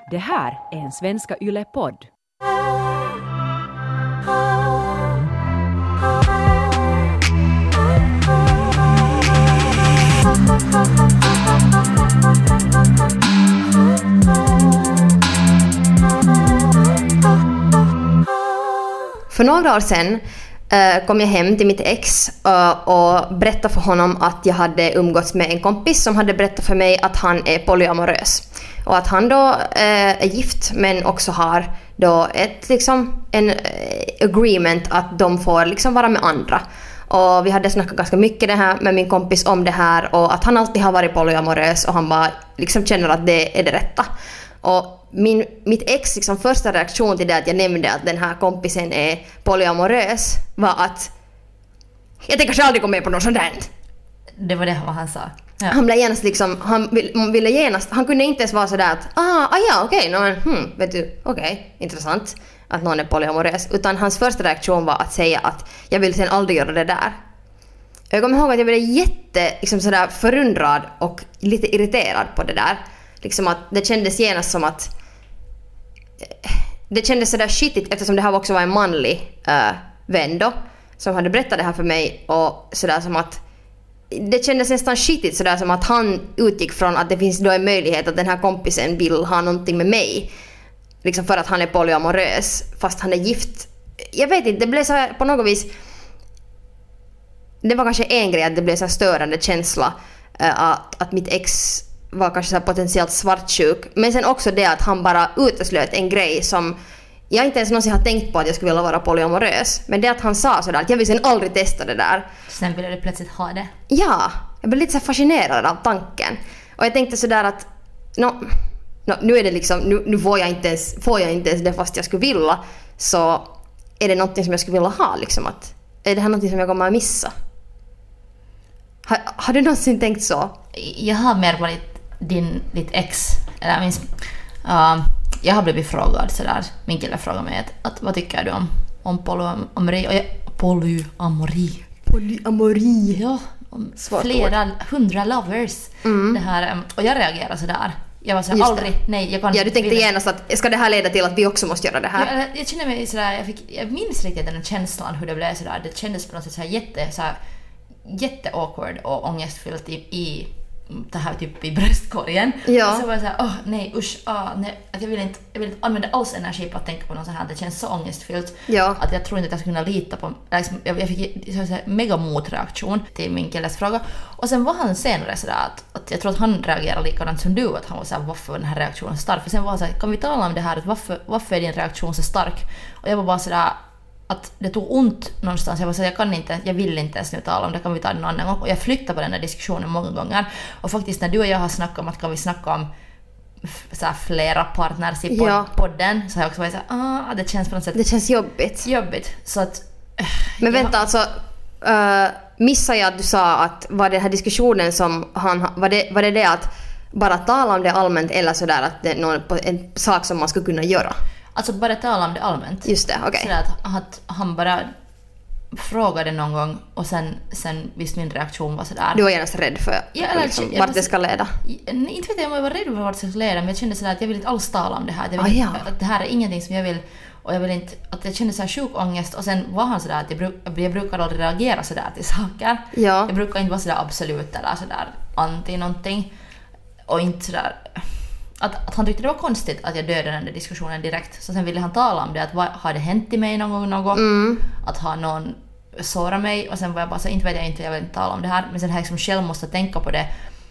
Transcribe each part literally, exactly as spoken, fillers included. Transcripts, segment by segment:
Det här är en Svenska Yle-podd. För några år sedan uh, kom jag hem till mitt ex uh, och berättade för honom att jag hade umgåtts med en kompis som hade berättat för mig att han är polyamorös. Och att han då uh, är gift men också har då ett, liksom, en uh, agreement att de får liksom vara med andra. Och vi hade snackat ganska mycket det här med min kompis om det här och att han alltid har varit polyamorös och han bara liksom känner att det är det rätta. Och min, mitt ex liksom första reaktion till det att jag nämnde att den här kompisen är polyamorös var att jag tänker kanske aldrig gå med på något sånt där. Det var det vad han sa. Ja. Han blev genast liksom, han ville genast, han kunde inte ens vara sådär att ah, ah ja okej, okay, no, hmm, vet du, okej, okay, intressant att någon är polyamorös. Utan hans första reaktion var att säga att jag vill sen aldrig göra det där. Jag kommer ihåg att jag blev jätte liksom sådär förundrad och lite irriterad på det där. Liksom att det kändes genast som att det kändes sådär shitigt eftersom det här också var en manlig äh, vän då som hade berättat det här för mig och sådär som att det kändes nästan shitigt sådär som att han utgick från att det finns då en möjlighet att den här kompisen vill ha någonting med mig liksom för att han är polyamorös fast han är gift. Jag vet inte, det blev så här på något vis, det var kanske en grej att det blev så här störande känsla äh, att, att mitt ex var kanske så här potentiellt svartsjuk. Men sen också det att han bara uteslöt en grej som jag inte ens någonsin har tänkt på att jag skulle vilja vara polyamorös. Men det att han sa sådär att jag vill sen aldrig testa det där. Sen ville du plötsligt ha det. Ja, jag blev lite så fascinerad av tanken. Och jag tänkte sådär att no, no, nu är det liksom, nu, nu får, jag inte ens, får jag inte ens det fast jag skulle vilja. Så är det någonting som jag skulle vilja ha liksom att, är det här någonting som jag kommer att missa? Har, har du någonsin tänkt så? Jag har mer varit din, ditt ex, eller jag minns, uh, jag har blivit frågad sådär, min kille frågade mig att, att vad tycker du om, om polyamori och jag, polyamori polyamori ja, om flera hundra lovers mm. det här, um, och jag reagerade sådär jag var såhär, aldrig, nej jag kan ja, du tänkte genast att ska det här leda till att vi också måste göra det här? Jag, jag känner mig sådär, jag, fick, jag minns riktigt den känslan hur det blev sådär, det kändes på något sätt såhär jätte såhär, jätte awkward och ångestfyllt i, i det här typ i bröstkorgen. Ja. Och så var jag såhär, åh oh, nej usch, ah, nej, att jag vill inte jag vill inte använda alls energi på att tänka på något sånt här. Det känns så ångestfyllt ja. Att jag tror inte att jag skulle kunna lita på. Liksom, jag, jag fick så säga, mega motreaktion till min killes fråga. Och sen var han senare sådär att, att jag tror att han reagerade likadant som du, att han var såhär, varför den här reaktionen så stark? För sen var han såhär, kan vi tala om det här, att varför, varför är din reaktion så stark? Och jag var bara sådär att det tog ont någonstans. Jag var så jag kan inte, jag vill inte ens nu tala om det, kan vi ta det någon annan gång. Och jag flyttade på den där diskussionen många gånger. Och faktiskt när du och jag har snackat om att kan vi snacka om så här, flera partners i pod- ja. podden, så har jag också varit så här, ah, det känns på något sätt. Det känns jobbigt. Jobbigt. Så att, äh, men vänta, jag... alltså uh, missar jag att du sa att var det här diskussionen som han, var det, var det det att bara tala om det allmänt eller sådär att det är någon, en sak som man skulle kunna göra? Alltså bara tala om det allmänt. Just det, okej. Okay. Att, att han bara frågade någon gång och sen, sen visst min reaktion var sådär. Du var gärna rädd för ja, liksom, vart det ska leda? Inte vet jag om jag var rädd för vart det ska leda, men jag kände sådär att jag vill inte alls tala om det här. Jag vill, ah, ja. Att det här är ingenting som jag vill, och jag vill inte, att jag kände såhär sjuk ångest. Och sen var han sådär att jag, bruk, jag brukar aldrig reagera sådär till saker. Ja. Jag brukar inte vara sådär absolut eller sådär anti någonting. Och inte sådär... Att, att han tyckte det var konstigt att jag dödade den där diskussionen direkt. Så sen ville han tala om det. Att vad, har det hänt i mig någon gång något? Mm. Att har någon sårat mig? Och sen var jag bara så inte vet jag inte, jag vill inte tala om det här. Men sen har jag liksom själv måste tänka på det.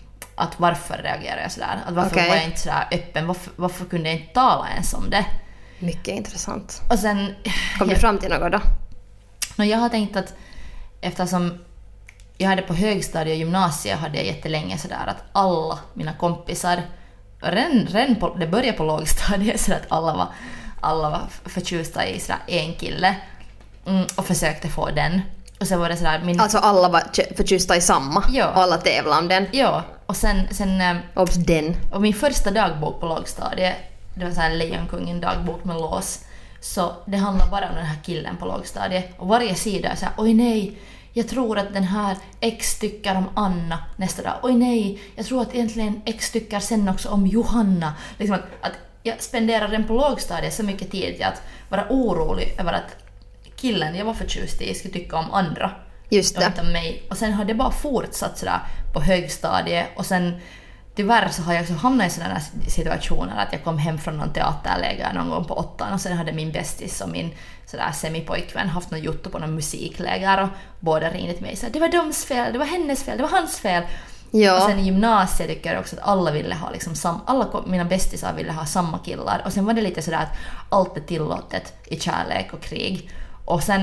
Att varför reagerar jag sådär? Att varför okay. var jag inte sådär öppen? Varför, varför kunde jag inte tala ens om det? Mycket intressant. Och sen... Kom du fram till något då? No, jag har tänkt att eftersom jag hade på högstadiet och gymnasiet hade jag jättelänge sådär att alla mina kompisar Ren, ren på, det började på lågstadiet så att alla var, alla var förtjusta i sådär en kille mm, och försökte få den. Och sen var det sådär min... Alltså alla var förtjusta i samma ja. Och alla tävlade om den. Ja, och sen... sen Obs, den. Och min första dagbok på lågstadiet, det var såhär Lejonkungen dagbok med lås. Så det handlar bara om den här killen på lågstadiet. Och varje sida är såhär, oj nej, jag tror att den här X tycker om Anna nästa dag. Oj nej, jag tror att egentligen X tycker sen också om Johanna. Liksom att, att jag spenderade den på lågstadiet så mycket tid till att vara orolig över att killen jag var förtjust i skulle tycka om andra. Just det. Och inte om mig. Och sen har det bara fortsatt sådär på högstadiet. Och sen tyvärr så har jag också hamnat i sådana situationer att jag kom hem från någon teaterläger någon gång på åttan och sen hade min bästis och min sådär semipojkvän haft någon jotto på någon musikläger och båda ringde till mig och sa det var dems fel, det var hennes fel, det var hans fel. Ja. Och sen i gymnasiet tycker jag också att alla ville ha liksom sam- alla mina bästisar ville ha samma killar och sen var det lite sådär att allt är tillåtet i kärlek och krig och sen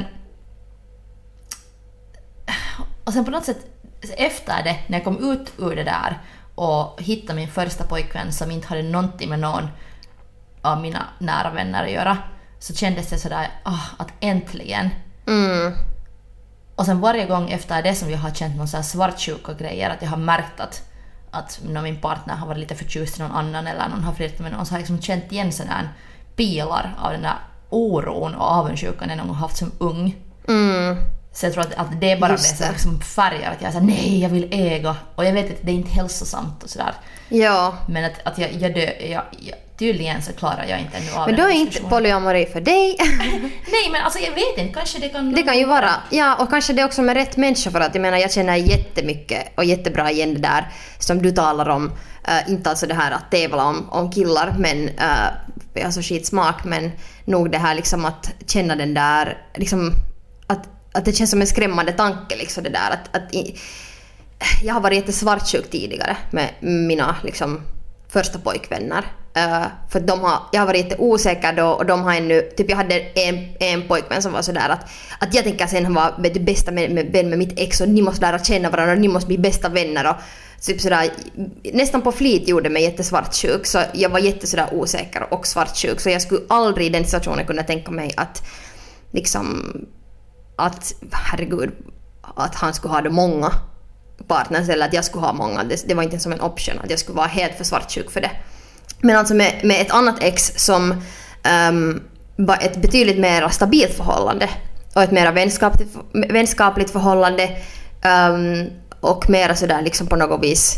och sen på något sätt efter det när jag kom ut ur det där och hittade min första pojkvän som inte hade någonting med någon av mina nära vänner att göra så kändes det sådär ah, att äntligen mm. och sen varje gång efter det som jag har känt någon sån här svartsjuka grejer att jag har märkt att, att när min partner har varit lite förtjust i någon annan eller någon har flirtat med någon så har jag liksom känt igen sådana här pilar av den där oron och avundsjukan jag någon gång haft som ung. Mm. Så jag tror att, att det är bara Just det som liksom färgar att jag säger nej jag vill äga och jag vet att det är inte hälsosamt och sådär. Ja. Men att, att jag, jag, dö, jag, jag tydligen så klarar jag inte ännu av. Men då är inte polyamori för dig. Nej men alltså jag vet inte, kanske det kan... Det kan ju vara, ja och kanske det också med rätt människa för att jag menar jag känner jättemycket och jättebra igen det där som du talar om. Uh, inte alltså det här att tävla om, om killar men uh, alltså skitsmak men nog det här liksom att känna den där liksom att att det känns som en skrämmande tanke liksom det där att, att i, jag har varit jättesvartsjuk tidigare med mina liksom första pojkvänner uh, för de har, jag har varit jätteosäker då och de har ännu, typ jag hade en, en pojkvän som var sådär att, att jag tänker sen vara det bästa med, med, med, med mitt ex och ni måste lära känna varandra och ni måste bli bästa vänner och typ sådär, nästan på flit gjorde mig jättesvartsjuk så jag var jättesådär osäker och svartsjuk så jag skulle aldrig i den situationen kunna tänka mig att liksom att herregud att han skulle ha det många partners eller att jag skulle ha många det, det var inte som en option att jag skulle vara helt för svartsjuk för det men alltså med, med ett annat ex som um, var ett betydligt mer stabilt förhållande och ett mer vänskapligt, vänskapligt förhållande um, och mer sådär liksom på något vis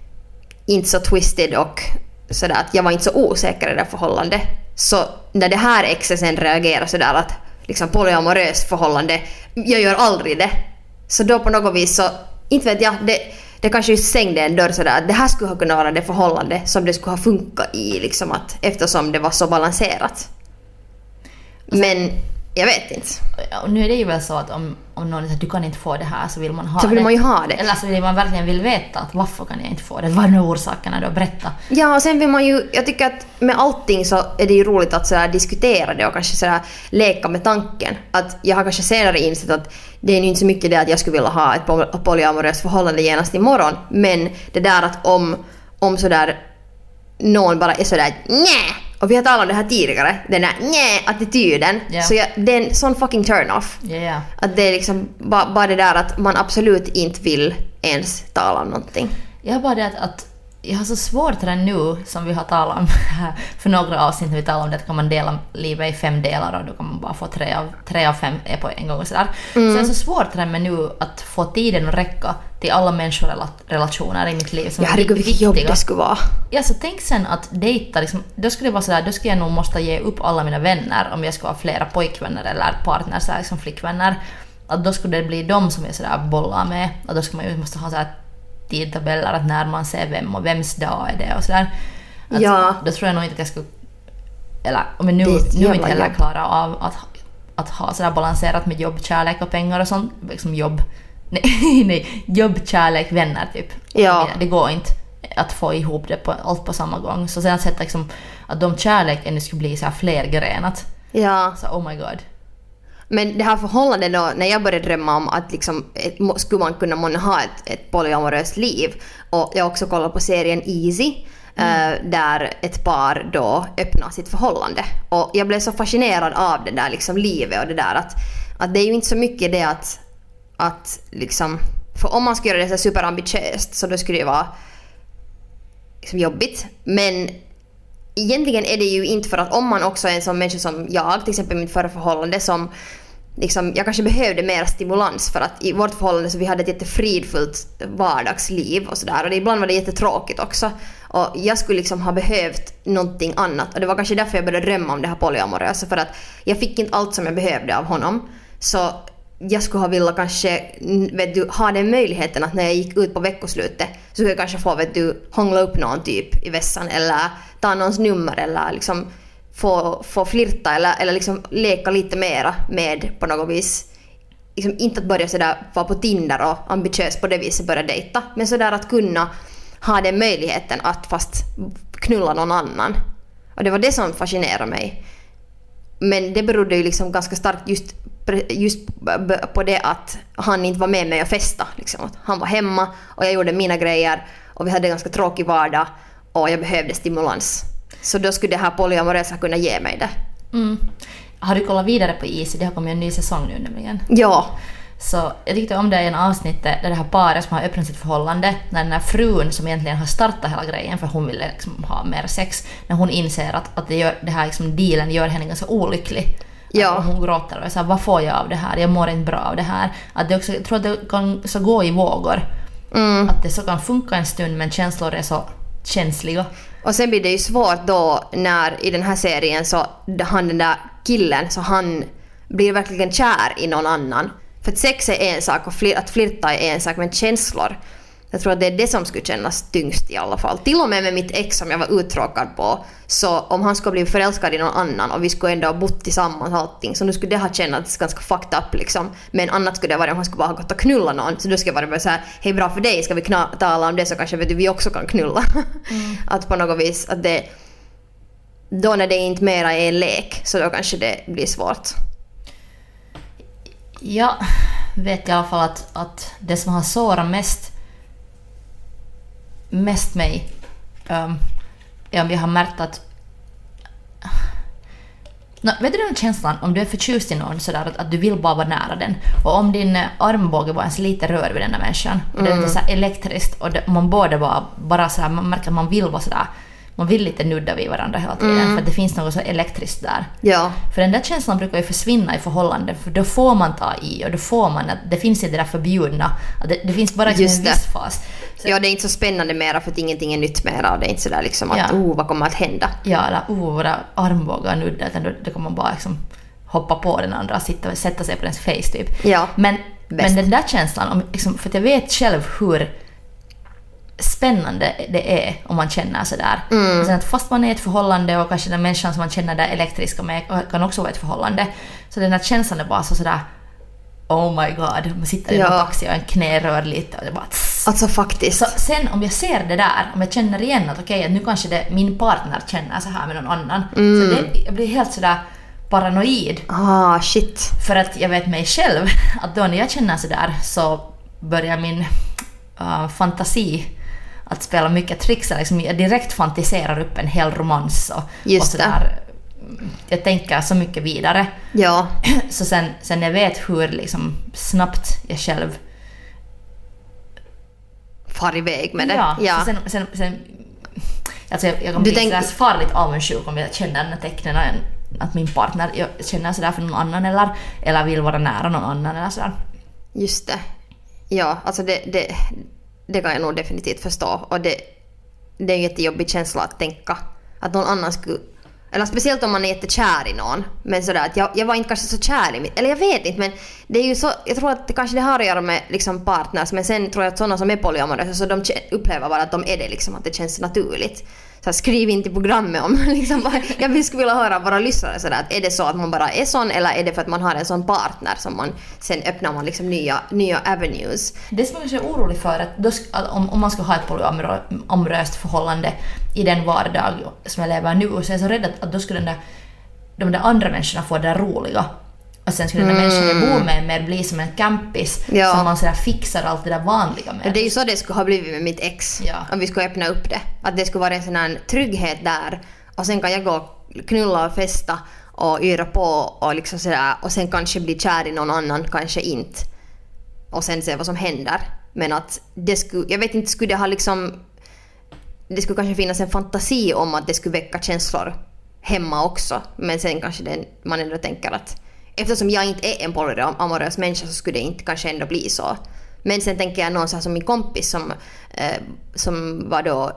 inte så twisted och sådär att jag var inte så osäker i det förhållandet så när det här exet sen reagerar sådär att liksom polyamoröst förhållande jag gör aldrig det så då på något vis så inte vet jag det, det kanske just stängde en dörr sådär att det här skulle ha kunnat vara det förhållande som det skulle ha funkat i liksom att eftersom det var så balanserat men jag vet inte. Och nu är det ju väl så att om, om någon säger att du kan inte få det här så vill man ha så vill det. man ju ha det. Eller så vill man verkligen vill veta att varför kan jag inte få det? Vad är orsakerna då? Berätta. Ja och sen vill man ju, jag tycker att med allting så är det ju roligt att sådär diskutera det och kanske sådär leka med tanken. Att jag har kanske senare insett att det är inte så mycket det att jag skulle vilja ha ett polyamoröst förhållande genast imorgon. Men det där att om, om sådär någon bara är sådär nej. Och vi har talat om det här tidigare, den där nej-attityden. Yeah. Så jag, det är en sån fucking turn-off. Yeah, yeah. Att det är liksom bara, bara det där att man absolut inte vill ens tala om någonting. Jag har bara det att, att jag har så svårt redan nu som vi har talat om för några avsnitt när vi talar om det att kan man dela livet i fem delar och då kan man bara få tre av, tre av fem är på en gång och sådär. Mm. Så jag har så svårt redan med nu att få tiden att räcka till alla människorelationer i mitt liv som ja, herregud, vilket jobb det skulle vara. Ja, så tänk sen att dejta, liksom, då skulle det vara sådär, då skulle jag nog måste ge upp alla mina vänner om jag skulle ha flera pojkvänner eller partners, sådär, liksom flickvänner. Att då skulle det bli de som jag sådär bollar med. Att då skulle man ju måste ha sådär tidtabeller att när man ser vem och vems dag är det och sådär. Att, ja. Då tror jag nog inte att jag skulle, eller om jag nu, nu inte heller klara av att, att ha sådär balanserat med jobb, kärlek och pengar och sånt, liksom jobb. Nej, nej, jobb, kärlek, vänner typ. Ja. Det går inte att få ihop det på, allt på samma gång. Så sen att sätta liksom, att de kärlek ännu skulle bli så här flergrenat. Ja. Så oh my god. Men det här förhållandet då, när jag började drömma om att liksom, ett, skulle man kunna månne ha ett, ett polyamoröst liv. Och jag också kollar på serien Easy. Mm. Uh, där ett par då öppnar sitt förhållande. Och jag blev så fascinerad av det där liksom livet och det där att, att det är ju inte så mycket det att att liksom, för om man ska göra det så superambitiöst så då skulle det vara liksom jobbigt, men egentligen är det ju inte för att om man också är en sån människa som jag, till exempel mitt förra förhållande som liksom, jag kanske behövde mer stimulans för att i vårt förhållande så vi hade ett jättefridfullt vardagsliv och sådär och det, ibland var det jättetråkigt också Och jag skulle liksom ha behövt någonting annat. Och det var kanske därför jag började drömma om det här polyamorösa. För att jag fick inte allt som jag behövde av honom. Så jag skulle ha velat kanske, vet du, ha den möjligheten att när jag gick ut på veckoslutet så skulle jag kanske få, vet du, hångla upp någon typ i vässan. Eller ta någons nummer eller liksom få, få flirta eller, eller liksom leka lite mera med på något vis. Liksom inte att börja sådär vara på Tinder och ambitiös på det viset börja dejta. Men sådär att kunna ha den möjligheten att fast knulla någon annan. Och det var det som fascinerade mig. Men det berodde ju liksom ganska starkt just, just på det att han inte var med mig och festa. Liksom. Han var hemma och jag gjorde mina grejer och vi hade en ganska tråkig vardag och jag behövde stimulans. Så då skulle det här polyamorösa kunna ge mig det. Mm. Har du kollat vidare på Easy? Det har kommit en ny säsong nu nämligen. Ja. Så jag tyckte om det i en avsnitt där det här paret som har öppnat sitt förhållande, när den här frun som egentligen har startat hela grejen för hon ville liksom ha mer sex, när hon inser att, att det, gör, det här liksom dealen gör henne ganska olycklig. Ja. Och hon gråter och säger, vad får jag av det här? Jag mår inte bra av det här. Att det också, jag tror att det kan så gå i vågor. Mm. Att det så kan funka en stund men känslor är så känsliga. Och sen blir det ju svårt då när i den här serien så han den där killen så han blir verkligen kär i någon annan. För att sex är en sak och flir, att flirta är en sak, men känslor, jag tror att det är det som skulle kännas tyngst i alla fall. Till och med med mitt ex som jag var uttråkad på, så om han skulle bli förälskad i någon annan och vi skulle ändå ha bott tillsammans och allting, så nu skulle det ha känts ganska fucked up liksom. Men annat skulle det vara om han skulle bara ha gått och knulla någon, så då skulle det vara så här, hej bra för dig, ska vi kna- tala om det så kanske vet du, vi också kan knulla. Mm. Att på något vis att det då när det inte mera är en lek, så då kanske det blir svårt. Jag vet i alla fall att, att det som har sårat mest mest mig um, är om jag har märkt att no, vet du den känslan om du är förtjust i någon sådär att, att du vill bara vara nära den, och om din armbåge var ens lite rör vid den där människan och det är lite så här elektriskt och det, man borde vara bara så här, man märker att man vill vara sådär, man vill lite nudda vid varandra hela tiden mm. för att det finns något så elektriskt där. Ja. För den där känslan brukar ju försvinna i förhållande, för då får man ta i och då får man att det finns inte det där förbjudna, att det, det finns bara liksom en viss fas. Så, ja, det är inte så spännande mera för att ingenting är nytt mera och det är inte sådär liksom att ja. oh, vad kommer att hända? Ja, eller oh, våra armbågar nudda, utan då, då kommer man bara liksom hoppa på den andra och sitta, sätta sig på dens face typ. Ja, men, men den där känslan, om, liksom, för att jag vet själv hur spännande det är om man känner sådär. Mm. Sen att fast man är i ett förhållande och kanske den människan som man känner där elektriska med kan också vara ett förhållande. Så den här känslan är bara så sådär oh my god, man sitter i en ja. taxi och en knä rör lite och det bara tss. Alltså faktiskt. Så sen om jag ser det där, om jag känner igen att okej, okay, nu kanske det, min partner känner så här med någon annan. Mm. Så det, jag blir helt sådär paranoid. Ah, shit. För att jag vet mig själv att då när jag känner sådär så börjar min uh, fantasi att spela mycket tricks, liksom jag direkt fantiserar upp en hel romans och, och sådär. Jag tänker så mycket vidare. Ja. Så sen, sen jag vet hur liksom snabbt jag själv far iväg med det. Ja, ja. Så sen, sen, sen alltså jag, jag kan bli tänk... sådär farligt avundsjuk om jag känner den här tecknen att min partner jag känner sådär för någon annan eller, eller vill vara nära någon annan eller sådär. Just det. Ja, alltså det, det, det kan jag nog definitivt förstå. Och det, det är en jättejobbig känsla att tänka att någon annan skulle... Eller speciellt om man är jättekär i någon. Men sådär att jag, jag var inte kanske så kär i mitt... Eller jag vet inte, men det är ju så... Jag tror att det kanske det har att göra med liksom partners. Men sen tror jag att sådana som är polyamorösa så de upplever bara att de är det liksom. Att det känns naturligt. Så skriv in till programmet om liksom bara, jag skulle vilja höra våra lyssnare sådär, att är det så att man bara är sån eller är det för att man har en sån partner som man sen öppnar man liksom nya, nya avenues. Det som jag är orolig för att, då, att om, om man ska ha ett polyamoröst förhållande i den vardag som jag lever nu, så är jag så rädd att, att då skulle den där, de där andra människorna få det där roliga. Och sen skulle den där mm. människan jag bor med mer bli som en campis ja. Som man sådär fixar allt det där vanliga med. Det är ju så det skulle ha blivit med mitt ex ja. Om vi skulle öppna upp det. Att det skulle vara en sån här trygghet där och sen kan jag gå och knulla och festa och yra på och liksom sådär och sen kanske bli kär i någon annan, kanske inte. Och sen se vad som händer. Men att det skulle, jag vet inte, skulle det ha liksom det skulle kanske finnas en fantasi om att det skulle väcka känslor hemma också. Men sen kanske det, man ändå tänker att eftersom jag inte är en polyamorös människa så skulle det inte kanske ändå bli så. Men sen tänker jag någon så här som min kompis som, eh, som var då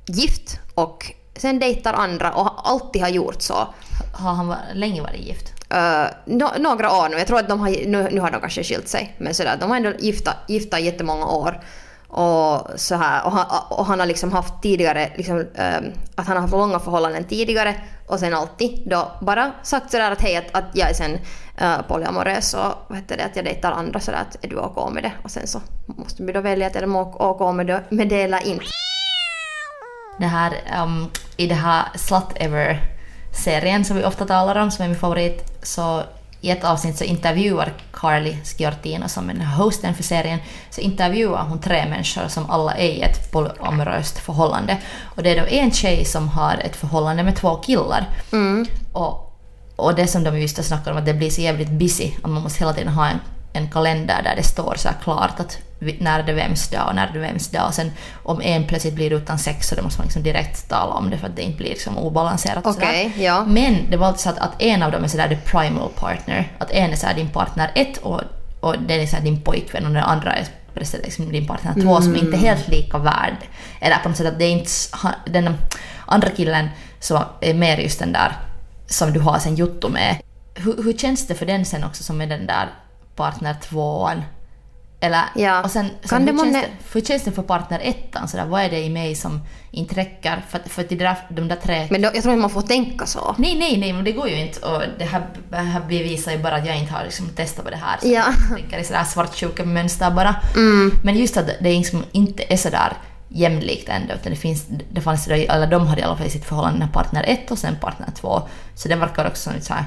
gift och sen dejtar andra och alltid har gjort så. Har han var, länge varit gift? Uh, no, några år nu. Jag tror att de har, nu, nu har de kanske skilt sig. Men sådär, de har ändå gifta, gifta jättemånga år. Och, så här, och, han, och han har liksom haft tidigare, liksom, um, att han har haft långa förhållanden tidigare. Och sen alltid då bara sagt sådär att hej, att, att jag är sen uh, polyamorös och vad heter det, att jag dejtar andra sådär, att är du okej med det? Och sen så måste vi då välja att är de okej med det, med det eller inte. Det här, um, i det här Slut Ever-serien som vi ofta talar om, som är min favorit, så i ett avsnitt så intervjuar Carly Sciortino, som är hosten för serien, så intervjuar hon tre människor som alla är i ett polyamoröst förhållande. Och det är då en tjej som har ett förhållande med två killar. Mm. Och, och det som de just snackar om, att det blir så jävligt busy, att man måste hela tiden ha en, en kalender där det står så här klart att när det vems dag och när det vems dag. Och sen om en plötsligt blir utan sex så det måste man liksom direkt tala om det för att det inte blir liksom obalanserat. Okay, ja. Men det var alltså så att, att en av dem är sådär the primal partner. Att en är sådär din partner ett och, och den är sådär din pojkvän och den andra är liksom din partner två mm. som är inte helt lika värd. Eller på något sätt att det är inte den andra killen som är mer just den där som du har sen Jutto med. Hur, hur känns det för den sen också som är den där partner tvåan? Eller, ja. Och sen, sen hur, känns det, hur känns det för partner ettan? Så där, vad är det i mig som inte räcker? För, för de, där, de där tre... Men då, jag tror inte man får tänka så. Nej, nej, nej, men det går ju inte. Och det här, det här bevisar ju bara att jag inte har liksom testat på det här. Så ja. Jag tänker i sådär svartsjuka mönster bara. Mm. Men just att det liksom inte är sådär jämlikt ändå. Utan det, finns, det fanns sådär, eller de hade i alla fall i sitt förhållande partner ett och sen partner två. Så det verkar också som en sån här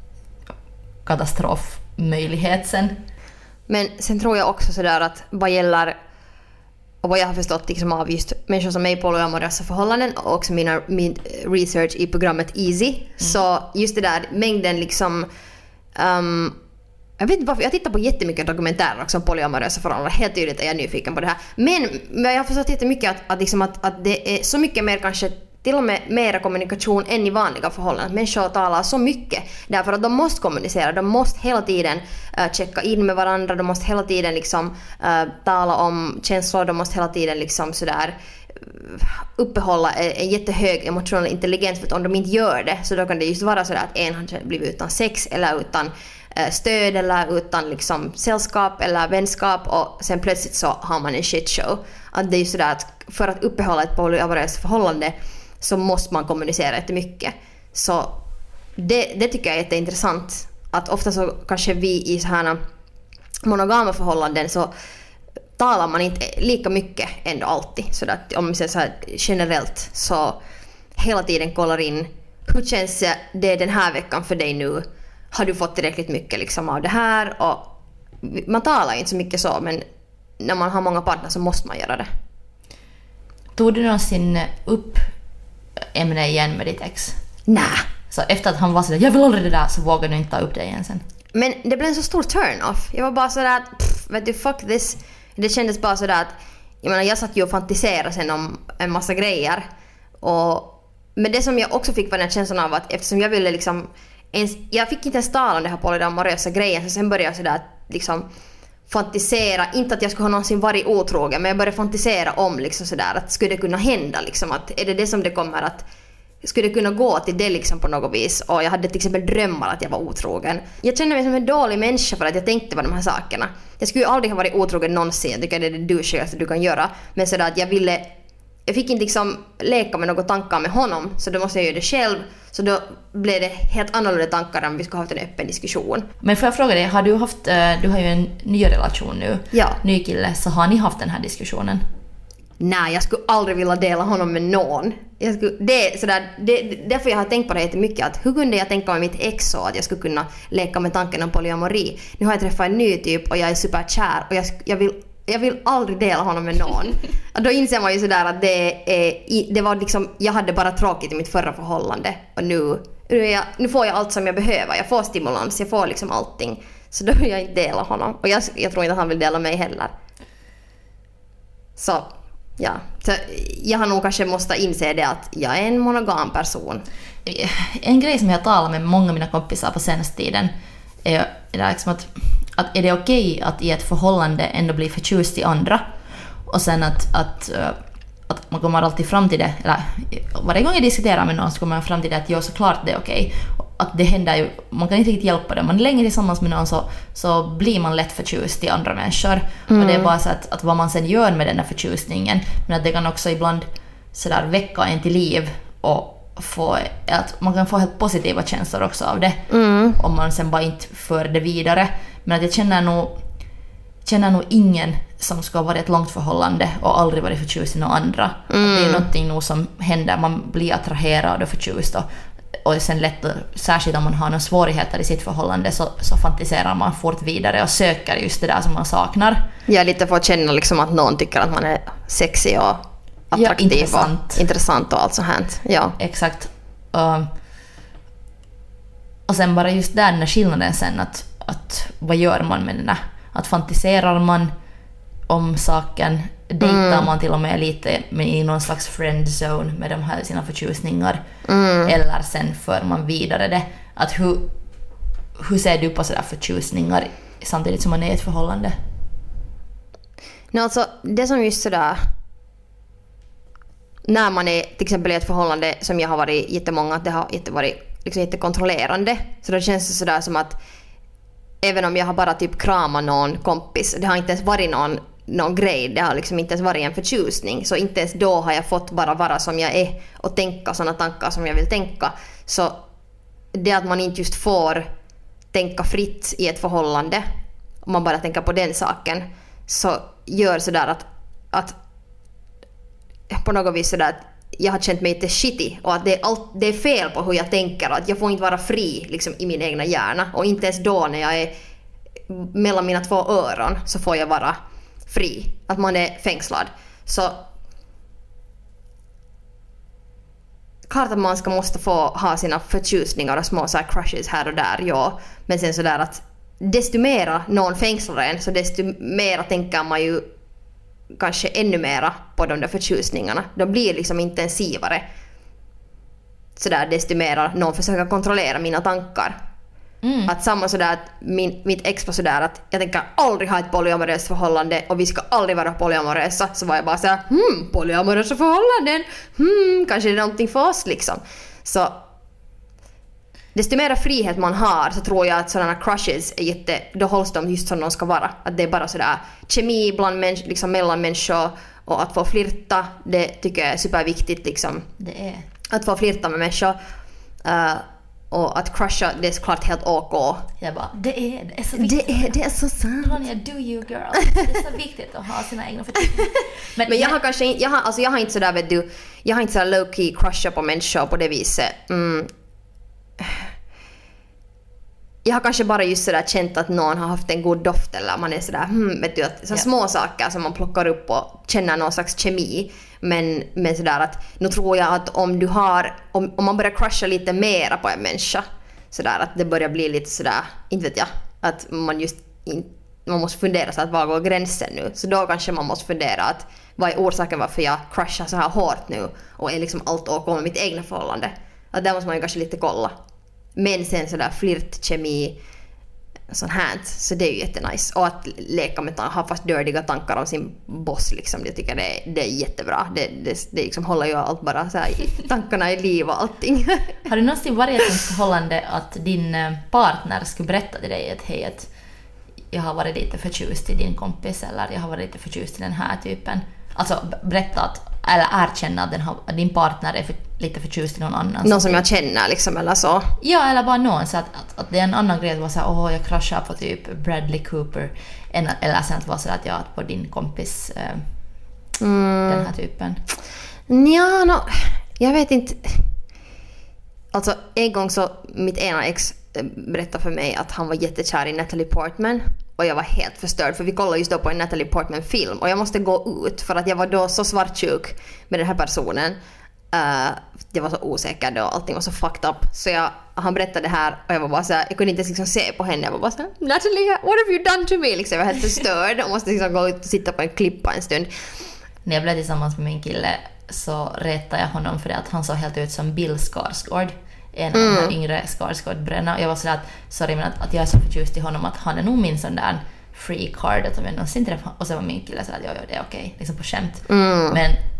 katastrofmöjlighet sen. Men sen tror jag också sådär att vad gäller och vad jag har förstått liksom av just människor som är i polyamorösa förhållanden och också mina, min research i programmet Easy mm. så just det där mängden liksom um, jag vet inte varför, jag tittar på jättemycket dokumentärer också om polyamorösa förhållanden, helt tydligt är jag nyfiken på det här, men, men jag har förstått jättemycket att, att, liksom att, att det är så mycket mer kanske till och med mera kommunikation än i vanliga förhållanden. Människor talar så mycket därför att de måste kommunicera. De måste hela tiden uh, checka in med varandra. De måste hela tiden liksom, uh, tala om känslor. De måste hela tiden liksom, sådär, uppehålla en jättehög emotionell intelligens. För att om de inte gör det så då kan det just vara så att en har blivit utan sex eller utan uh, stöd eller utan liksom, sällskap eller vänskap och sen plötsligt så har man en shitshow. Att det är ju sådär att för att uppehålla ett polyamoröst förhållande så måste man kommunicera jättemycket. Så det, det tycker jag är jätteintressant. Att ofta så kanske vi i så här monogama förhållanden så talar man inte lika mycket ändå alltid. Så att om man säger så här generellt så hela tiden kollar in hur känns det den här veckan för dig nu? Har du fått tillräckligt mycket liksom av det här? Och man talar inte så mycket så, men när man har många partner så måste man göra det. Tog du någonsin upp ämne igen med ditt ex? Nej. Så efter att han var sådär, jag vill aldrig det där, så vågade du inte ta upp det igen sen? Men det blev en så stor turn-off. Jag var bara sådär att, pff, vet du, fuck this. Det kändes bara sådär att, jag menar, jag satt ju och fantiserade sen om en massa grejer. Och, men det som jag också fick var den känslan av att, eftersom jag ville liksom, ens, jag fick inte ens tala om det här polyamorösa grejen, så sen började jag sådär att liksom fantisera, inte att jag skulle ha någonsin varit otrogen, men jag började fantisera om liksom sådär att skulle det kunna hända liksom, att är det det som det kommer att skulle det kunna gå till det liksom på något vis, och jag hade till exempel drömmar att jag var otrogen. Jag kände mig som en dålig människa för att jag tänkte på de här sakerna. Jag skulle ju aldrig ha varit otrogen någonsin, jag tycker det är det douchigaste du kan göra, men sådär att jag ville, jag fick inte liksom leka med några tankar med honom, så då måste jag göra det själv. Så då blev det helt annorlunda tankar om vi skulle ha haft en öppen diskussion. Men får jag fråga dig, har du haft, du har ju en ny relation nu, ja. Ny kille, så har ni haft den här diskussionen? Nej, jag skulle aldrig vilja dela honom med någon. Jag skulle, det är sådär, det, därför jag har tänkt på det jättemycket, att hur kunde jag tänka med mitt ex så att jag skulle kunna leka med tanken om polyamori. Nu har jag träffat en ny typ och jag är superkär och jag, jag vill Jag vill aldrig dela honom med någon. Och då inser man ju sådär att det, är, det var liksom, jag hade bara tråkigt i mitt förra förhållande. Och nu, nu, är jag, nu får jag allt som jag behöver. Jag får stimulans, jag får liksom allting. Så då vill jag inte dela honom. Och jag, jag tror inte att han vill dela mig heller. Så, ja. Så jag har nog kanske måste inse det att jag är en monogam person. En grej som jag talar med många av mina kompisar på senaste tiden är, är liksom att att är det okej att i ett förhållande ändå bli förtjust i andra och sen att, att, att man kommer alltid fram till det, eller varje gång jag diskuterar med någon så kommer man fram till det att jo, såklart det är okej. Att det händer ju, man kan inte riktigt hjälpa det. Man är länge tillsammans med någon så, så blir man lätt förtjust i andra människor. Mm. Och det är bara så att, att vad man sen gör med den där förtjusningen, men att det kan också ibland sådär väcka en till liv och få, att man kan få helt positiva känslor också av det. Mm. Om man sen bara inte för det vidare. Men att jag känner nog, känner nog ingen som ska ha varit ett långt förhållande och aldrig varit förtjust i någon andra. Mm. Att det är någonting nog som händer, man blir attraherad och förtjust och och sen lätt, särskilt om man har några svårigheter i sitt förhållande så, så fantiserar man fort vidare och söker just det där som man saknar. Ja, lite för att känna liksom att någon tycker att man är sexig och attraktiv, ja, intressant. Och intressant och allt så här. Ja. Exakt. Uh, och sen bara just där den skillnaden sen att, att vad gör man med den där? Att fantiserar man om saken, dejtar mm. man till och med lite med i någon slags friendzone med de här sina förtjusningar mm. eller sen för man vidare det. Att hur, hur ser du på sådär förtjusningar samtidigt som man är i ett förhållande? No, alltså, det som just sådär när man är till exempel i ett förhållande som jag har varit jättemånga, att det har inte varit liksom jättekontrollerande, så då känns det sådär som att även om jag har bara typ kramat någon kompis, det har inte ens varit någon någon grej, det har liksom inte ens varit en förtjusning, så inte ens då har jag fått bara vara som jag är och tänka sådana tankar som jag vill tänka. Så det att man inte just får tänka fritt i ett förhållande, om man bara tänker på den saken, så gör sådär att, att på något vis sådär att jag har känt mig lite shitty och att det är, allt, det är fel på hur jag tänker och att jag får inte vara fri liksom, i min egna hjärna, och inte ens då när jag är mellan mina två öron så får jag vara fri, att man är fängslad. Så klart att man ska måste få ha sina förtjusningar och små så här crushes här och där, ja, men sen sådär att desto mera någon fängslar en, så desto mera tänker man ju kanske ännu mera på de där förtjusningarna. De blir liksom intensivare sådär, desto mera någon försöker kontrollera mina tankar. Mm. Att samma sådär att min, mitt ex var sådär att jag tänker aldrig ha ett polyamoröst förhållande och vi ska aldrig vara polyamorösa, så var jag bara såhär hmm, polyamorösa förhållanden, hmm, kanske det är någonting för oss liksom. Så desto mer frihet man har, så tror jag att sådana crushes är jätte, då hålls de just som de ska vara. Att det är bara sådär kemi bland mäns, liksom mellan människor, och att få flirta, det tycker jag är superviktigt liksom. Det är. Att få flirta med människor. Uh, Och att crusha, det är såklart helt ok. Jag bara, det är, det är så viktigt. Det är, det är så sant. Ronja, do you girl. Det är så viktigt att ha sina egna förtjusningar. Men, men jag har kanske inte, jag har, alltså jag har inte sådär, vet du, jag har inte sådär low-key crusha på människor på det viset. Mm. Jag har kanske bara just sådär känt att någon har haft en god doft, eller man är sådär, hmm, vet du, att så yeah. små saker som man plockar upp och känner någon slags kemi. Men, men sådär att nu tror jag att om du har, om, om man börjar crusha lite mera på en människa, sådär att det börjar bli lite sådär, inte vet jag, att man just in, man måste fundera så att var går gränsen nu, så då kanske man måste fundera att vad är orsaken varför jag crushar så här hårt nu och är liksom allt ok med mitt egna förhållande, att där måste man ju kanske lite kolla. Men sen sådär flirt, kemi, sånt här, så det är ju jättenice. Och att leka med ha fast dördiga tankar om sin boss liksom, jag tycker det är, det är jättebra. Det, det, det liksom håller ju allt bara så här, tankarna i liv och allting. Har du någonsin varit i ett förhållande att din partner skulle berätta till dig att hej, att jag har varit lite förtjust i din kompis, eller jag har varit lite förtjust i den här typen? Alltså berätta att, eller erkänna att, den har, att din partner är för, lite förtjust i någon annan. Någon som jag känner liksom, eller så. Ja, eller bara någon, så att, att, att det är en annan grej att vara så här, åh jag kraschar på typ Bradley Cooper, eller sen att vara så att jag på din kompis äh, mm. den här typen. Ja, no, jag vet inte. Alltså en gång så mitt ena ex berättade för mig att han var jättekär i Natalie Portman. Och jag var helt förstörd, för vi kollade just då på en Natalie Portman-film. Och jag måste gå ut för att jag var då så svartsjuk med den här personen. Uh, jag var så osäker då, allting var så fucked up. Så jag, han berättade det här och jag var bara så här, jag kunde inte liksom se på henne. Jag var bara så här, Natalie, what have you done to me? Liksom, jag var helt förstörd och måste liksom gå ut och sitta på en klippa en stund. När jag blev tillsammans med min kille så retade jag honom för det att han såg helt ut som Bill Skarsgård. En av mm. de här yngre Skarsgård-bröderna. Jag var sådär att, sorry, men att, att jag är så förtjust i honom att han är nog min sån där free card att om jag någonsin träffar. Och så var min kille sådär att ja, ja, det är okej, liksom på skämt. Mm. Men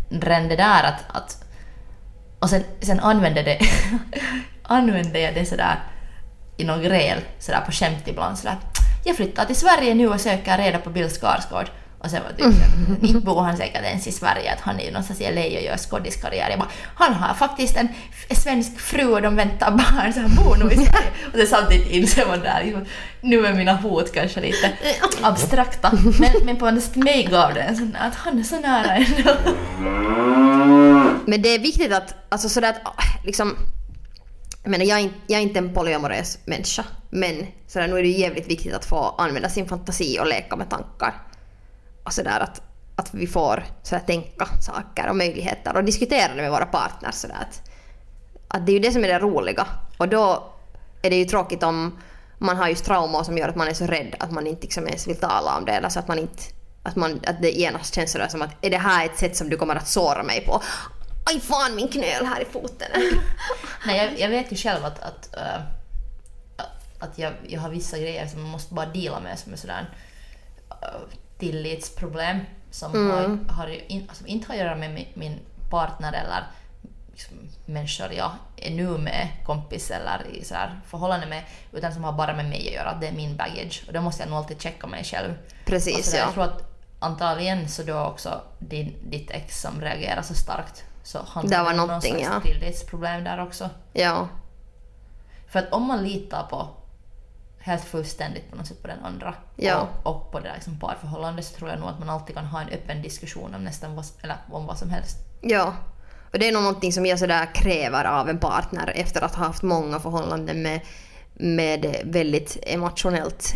ren det där att, att och sen, sen använde det använde jag det sådär i någon gräl sådär på skämt ibland sådär. Jag flyttar till Sverige nu och söker reda på Bill Skarsgård. Och sen var det typ mm. inte bor han säkert ens i Sverige, att han är ju någonstans i L A och gör skådiskarriär. Jag bara, han har faktiskt en svensk fru och de väntar barn, så han bor nog i Sverige. Och sen samtidigt inser man där, liksom, nu är mina hot kanske lite abstrakta. Men, men på en mig gav det en sån att han är så nära ändå. Men det är viktigt att, alltså sådär att, liksom, jag menar, jag är, inte, jag är inte en polyamorös människa, men sådär, nu är det ju jävligt viktigt att få använda sin fantasi och leka med tankar. Och sådär att, att vi får sådär tänka saker och möjligheter och diskutera det med våra partners. Sådär att, att det är ju det som är det roliga. Och då är det ju tråkigt om man har just trauma som gör att man är så rädd att man inte liksom ens vill tala om det. Eller så att, man inte, att, man, att det genast känns sådär som att är det här ett sätt som du kommer att såra mig på? Aj fan, min knöl här i foten. Nej, jag, jag vet ju själv att, att, uh, att jag, jag har vissa grejer som man måste bara deala med som är sådär uh, tillitsproblem som, mm. har, har in, som inte har att göra med min, min partner eller liksom, människor jag är nu med, kompis eller i sådär förhållande med, utan som har bara med mig att göra. Det är min baggage och då måste jag nog alltid checka mig själv. Precis, ja. Jag tror att antagligen så då också din, ditt ex som reagerar så starkt, så han det var har någonting, någon slags ja. tillitsproblem där också. Ja. För att om man litar på helt fullständigt på något sätt på den andra, ja. och, och på det liksom parförhållande, så tror jag nog att man alltid kan ha en öppen diskussion om nästan vad, eller om vad som helst. Ja, och det är nog någonting som jag sådär kräver av en partner efter att ha haft många förhållanden med, med väldigt emotionellt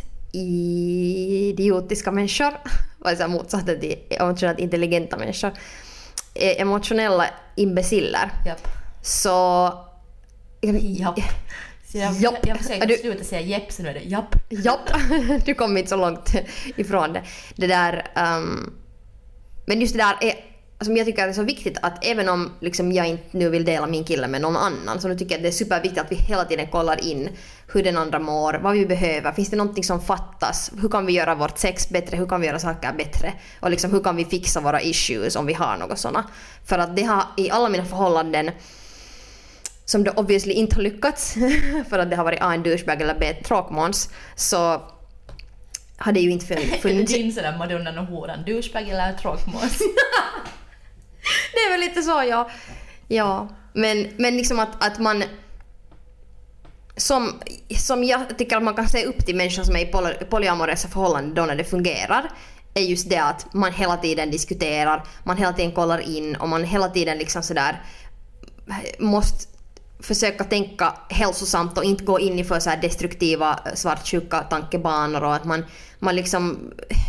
idiotiska människor. Vad är motsatsen till emotionellt intelligenta människor? Emotionella imbeciller. Japp. Så... Japp. Jag, jag, jag försöker du, sluta säga jepp, så nu är det japp. Japp, du kom inte så långt ifrån det. Det där, um, men just det där är, alltså jag tycker att det är så viktigt att även om liksom, jag inte nu vill dela min kille med någon annan, så nu tycker jag att det är superviktigt att vi hela tiden kollar in hur den andra mår, vad vi behöver, finns det någonting som fattas, hur kan vi göra vårt sex bättre, hur kan vi göra saker bättre och liksom, hur kan vi fixa våra issues om vi har något sådana. För att det har i alla mina förhållanden som det obviously inte har lyckats för att det har varit A en douchebag eller B tråkmåns, så har det ju inte funnits. Är det din sådär Madonna och horan, douchebag eller tråkmåns? Det är väl lite så, ja. Ja, men, men liksom att, att man som, som jag tycker att man kan se upp till människor som är i poly, polyamorösa förhållanden då när det fungerar, är just det att man hela tiden diskuterar, man hela tiden kollar in och man hela tiden liksom sådär måste försöka tänka hälsosamt och inte gå in i för så här destruktiva svartsjuka tankebanor, och att man, man liksom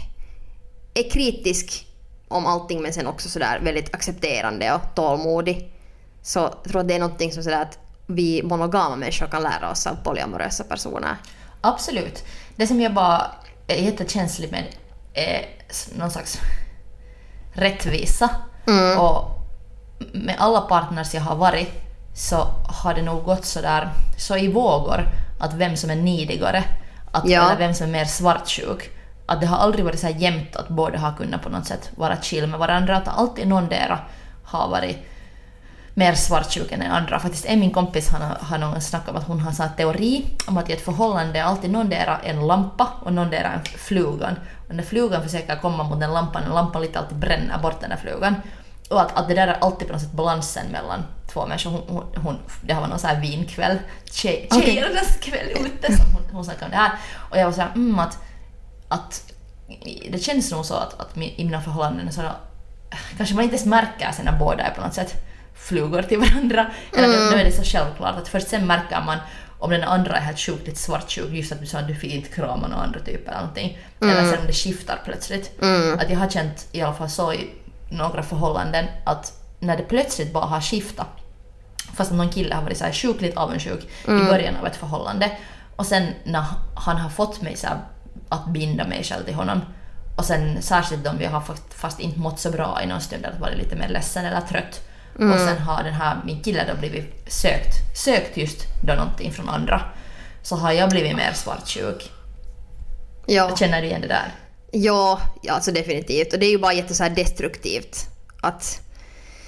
är kritisk om allting, men sen också så där väldigt accepterande och tålmodig. Så jag tror att det är någonting som så där att vi monogama människor kan lära oss av polyamorösa personer. Absolut. Det som jag bara är jättekänslig med är någon slags rättvisa. Mm. Och med alla partners jag har varit så har det nog gått så där så i vågor att vem som är nidigare, att, ja. Eller vem som är mer svartsjuk, att det har aldrig varit så här jämnt att båda har kunnat på något sätt vara chill med varandra, att alltid någon dera har varit mer svartsjuk än den andra. Faktiskt är min kompis, han har, har någon snackat om att hon har en teori om att i ett förhållande är alltid någon dera en lampa och någon dera en flugan, och när flugan försöker komma mot den lampan, och lampan lite alltid bränner bort den där flugan. Och att, att det där är alltid på något sätt balansen mellan två människor. Hon, hon, hon, det här var någon så här vinkväll, tjej, okay. tjejernas kväll ute som hon, hon snackade om det här. Och jag var så här, mm, att, att det känns nog så att, att i mina förhållanden så kanske man inte ens märker sen när båda är på något sätt flugor till varandra. Eller mm. då är det så självklart att först sen märker man om den andra är helt sjukt lite svartsjuk, just att du sa att du fick inte krama någon andra typ eller någonting. Mm. Eller sen om det skiftar plötsligt. Mm. Att jag har känt i alla fall så i några förhållanden att när det plötsligt bara har skiftat, fast att någon kille har varit så här sjukligt avundsjuk mm. i början av ett förhållande, och sen när han har fått mig så här, att binda mig själv till honom, och sen särskilt om vi har fast, fast inte mått så bra i någon stund, att vara lite mer ledsen eller trött, mm. och sen har den här min kille då blivit sökt sökt just då någonting från andra, så har jag blivit mer svartsjuk. Ja. Känner du igen det där? Ja, alltså definitivt. Och det är ju bara jätte så här destruktivt att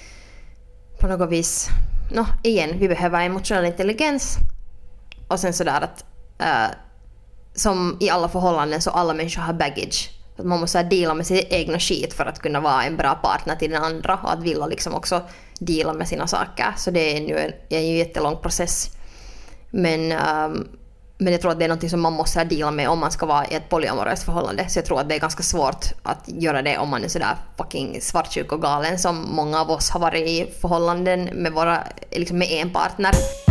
på något vis, no, igen, vi behöver emotionell intelligens och sen sådär att uh, som i alla förhållanden så alla människor har baggage. Att man måste deala med sin egna skit för att kunna vara en bra partner till den andra och att vilja liksom också deala med sina saker. Så det är ju en, är ju en jättelång process. Men, um, men jag tror att det är något som man måste deala med om man ska vara i ett polyamoröst förhållande. Så jag tror att det är ganska svårt att göra det om man är sådär fucking svartsjuk och galen som många av oss har varit i förhållanden med, våra, liksom med en partner.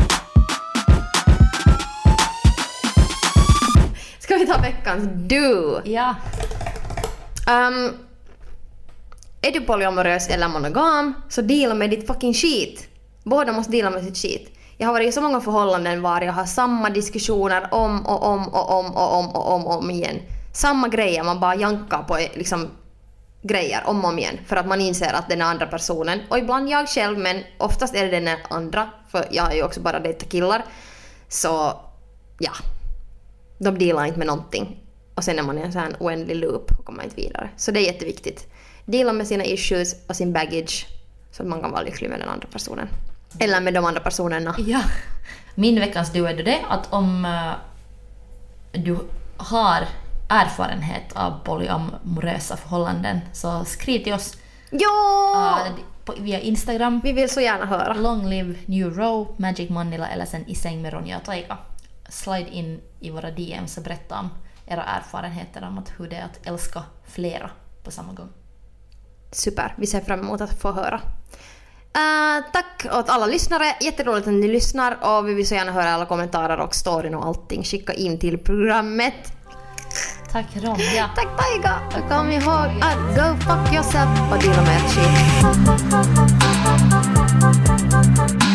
Ska vi ta veckans du? Ja. Um, är du polyamorös eller monogam så deala med ditt fucking shit. Båda måste dela med sitt shit. Jag har varit i så många förhållanden var jag har samma diskussioner om och om och om och om och om och om igen. Samma grejer, man bara jankar på liksom grejer om och om igen för att man inser att den andra personen, och ibland jag själv men oftast är det den andra för jag är ju också bara dejta killar. Så ja, de delar inte med någonting. Och sen är man i en sån här oändlig loop och kommer inte vidare. Så det är jätteviktigt. Dela med sina issues och sin baggage så att man kan vara lycklig med den andra personen. Eller med de andra personerna. Ja. Min veckans du är det att om uh, du har erfarenhet av polyamorösa förhållanden så skriv till oss. Ja! Uh, på, via Instagram. Vi vill så gärna höra. Long live New Row, Magic Manila eller sen I säng med Ronja och Taika. Slide in i våra D Ms och berätta om era erfarenheter om att hur det är att älska flera på samma gång. Super, vi ser fram emot att få höra. Uh, tack åt alla lyssnare, jätteroligt att ni lyssnar och vi vill så gärna höra alla kommentarer och storyn och allting. Skicka in till programmet. Tack Ronja. Tack Taika. Och kom ihåg att go fuck yourself och dela med er shit.